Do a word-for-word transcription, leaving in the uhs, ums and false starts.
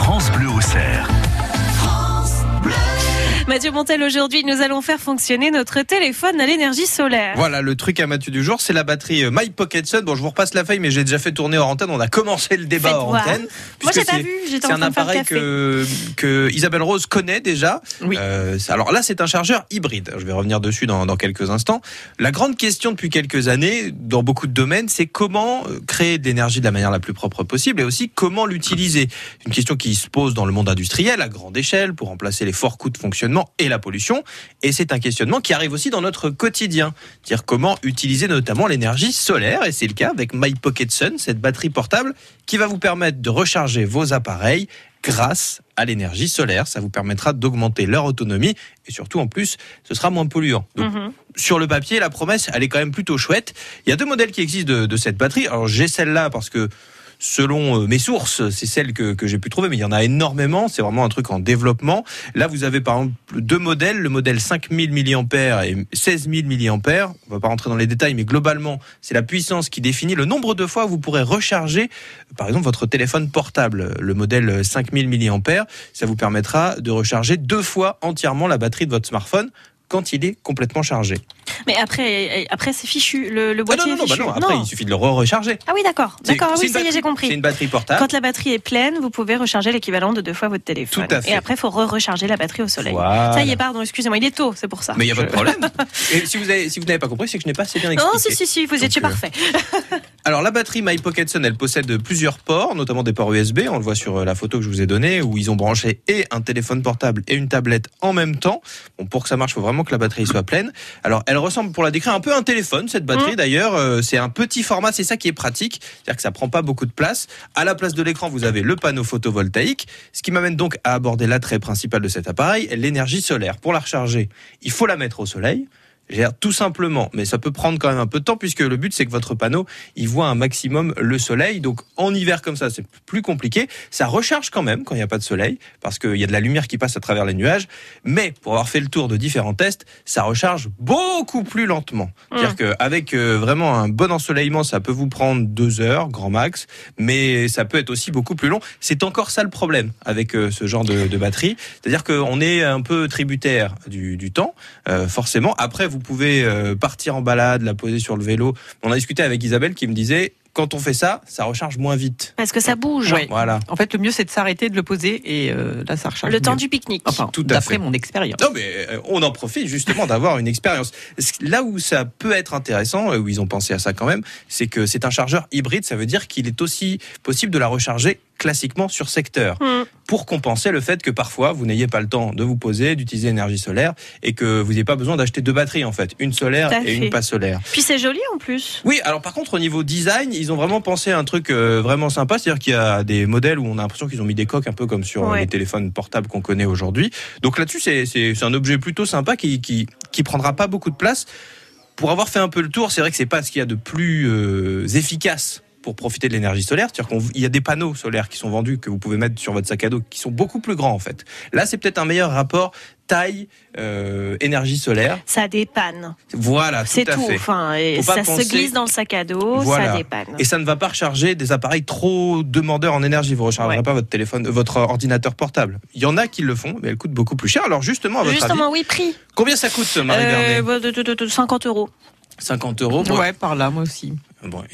France Bleu Auxerre. Mathieu Montel, aujourd'hui, nous allons faire fonctionner notre téléphone à l'énergie solaire. Voilà, le truc à Mathieu du jour, c'est la batterie My Pocket Sun. Bon, je vous repasse la feuille, mais j'ai déjà fait tourner hors antenne. On a commencé le débat Faites hors voir. antenne. Moi, j'ai pas vu, j'étais C'est en un train de faire le appareil café. que, que Isabelle Rose connaît déjà. Oui. Euh, alors là, c'est un chargeur hybride. Je vais revenir dessus dans, dans quelques instants. La grande question depuis quelques années, dans beaucoup de domaines, c'est comment créer de l'énergie de la manière la plus propre possible et aussi comment l'utiliser. Une question qui se pose dans le monde industriel à grande échelle pour remplacer les forts coûts de fonctionnement et la pollution. Et c'est un questionnement qui arrive aussi dans notre quotidien. Dire comment utiliser notamment l'énergie solaire. Et c'est le cas avec My Pocket Sun, cette batterie portable qui va vous permettre de recharger vos appareils grâce à l'énergie solaire. Ça vous permettra d'augmenter leur autonomie et surtout en plus, ce sera moins polluant. Donc, mmh. Sur le papier, la promesse, elle est quand même plutôt chouette. Il y a deux modèles qui existent de, de cette batterie. Alors j'ai celle-là parce que selon mes sources, c'est celle que, que j'ai pu trouver, mais il y en a énormément, c'est vraiment un truc en développement. Là, vous avez par exemple deux modèles, le modèle cinq mille milliampères et seize mille milliampères. On va pas rentrer dans les détails, mais globalement, c'est la puissance qui définit le nombre de fois où vous pourrez recharger, par exemple, votre téléphone portable. Le modèle cinq mille milliampères, ça vous permettra de recharger deux fois entièrement la batterie de votre smartphone quand il est complètement chargé. Mais après, après c'est fichu, le, le boîtier ah non, non, est fichu. Bah non, après, non. Il suffit de le re-recharger. Ah oui, d'accord. D'accord, oui, ça batterie, y est, j'ai compris. C'est une batterie portable. Quand la batterie est pleine, vous pouvez recharger l'équivalent de deux fois votre téléphone. Tout à fait. Et après, il faut re-recharger la batterie au soleil. Voilà. Ça y est, pardon, excusez-moi, il est tôt, c'est pour ça. Mais il n'y a je... pas de problème. Et si vous, avez, si vous n'avez pas compris, c'est que je n'ai pas assez bien expliqué. Non, si, si, si, vous Donc, étiez euh... parfait. Alors, la batterie My Pocket Sun, elle possède plusieurs ports, notamment des ports U S B. On le voit sur la photo que je vous ai donnée, où ils ont branché et un téléphone portable et une tablette en même temps. Bon, pour que ça marche, il faut vraiment que la batterie soit pleine. Alors, elle ressemble, pour la décrire, un peu à un téléphone, cette batterie. Mmh. D'ailleurs, euh, c'est un petit format, c'est ça qui est pratique. C'est-à-dire que ça prend pas beaucoup de place. À la place de l'écran, vous avez le panneau photovoltaïque. Ce qui m'amène donc à aborder l'attrait principal de cet appareil, l'énergie solaire. Pour la recharger, il faut la mettre au soleil. Tout simplement, mais ça peut prendre quand même un peu de temps puisque le but c'est que votre panneau il voit un maximum le soleil. Donc en hiver comme ça c'est plus compliqué. Ça recharge quand même quand il n'y a pas de soleil parce qu'il y a de la lumière qui passe à travers les nuages. Mais pour avoir fait le tour de différents tests, ça recharge beaucoup plus lentement. Mmh. C'est-à-dire qu'avec euh, vraiment un bon ensoleillement, ça peut vous prendre deux heures grand max, mais ça peut être aussi beaucoup plus long. C'est encore ça le problème avec euh, ce genre de, de batterie. C'est-à-dire qu'on est un peu tributaire du, du temps, euh, forcément. Après vous Vous pouvez partir en balade, la poser sur le vélo. On a discuté avec Isabelle qui me disait quand on fait ça, ça recharge moins vite. Parce que ça bouge. Ouais. Voilà. En fait, le mieux, c'est de s'arrêter, de le poser et euh, là, ça recharge. Le mieux. temps du pique-nique. Enfin, tout à d'après fait. mon expérience. Non, mais on en profite justement d'avoir une expérience. Là où ça peut être intéressant, où ils ont pensé à ça quand même, c'est que c'est un chargeur hybride. Ça veut dire qu'il est aussi possible de la recharger classiquement sur secteur. Mmh. Pour compenser le fait que parfois, vous n'ayez pas le temps de vous poser, d'utiliser l'énergie solaire et que vous n'ayez pas besoin d'acheter deux batteries en fait. Une solaire et une pas solaire. Puis c'est joli en plus. Oui, alors par contre, au niveau design, ils ont vraiment pensé à un truc euh, vraiment sympa. C'est-à-dire qu'il y a des modèles où on a l'impression qu'ils ont mis des coques un peu comme sur ouais. les téléphones portables qu'on connaît aujourd'hui. Donc là-dessus, c'est, c'est, c'est un objet plutôt sympa qui, qui, qui prendra pas beaucoup de place. Pour avoir fait un peu le tour, c'est vrai que c'est pas ce qu'il y a de plus euh, efficace pour profiter de l'énergie solaire. C'est-à-dire qu'il y a des panneaux solaires qui sont vendus, que vous pouvez mettre sur votre sac à dos, qui sont beaucoup plus grands en fait. Là, c'est peut-être un meilleur rapport taille, euh, énergie solaire. Ça dépanne. Voilà, tout c'est à tout. fait. Enfin, et ça penser... se glisse dans le sac à dos, voilà. Ça dépanne. Et ça ne va pas recharger des appareils trop demandeurs en énergie. Vous ne rechargerez ouais. pas votre téléphone, votre ordinateur portable. Il y en a qui le font, mais elles coûtent beaucoup plus cher. Alors justement, à votre justement, avis, oui, prix. Combien ça coûte, Marie euh, Bernet ? de, de, de, de cinquante euros. cinquante euros. Bon. Ouais, par là, moi aussi. Bon,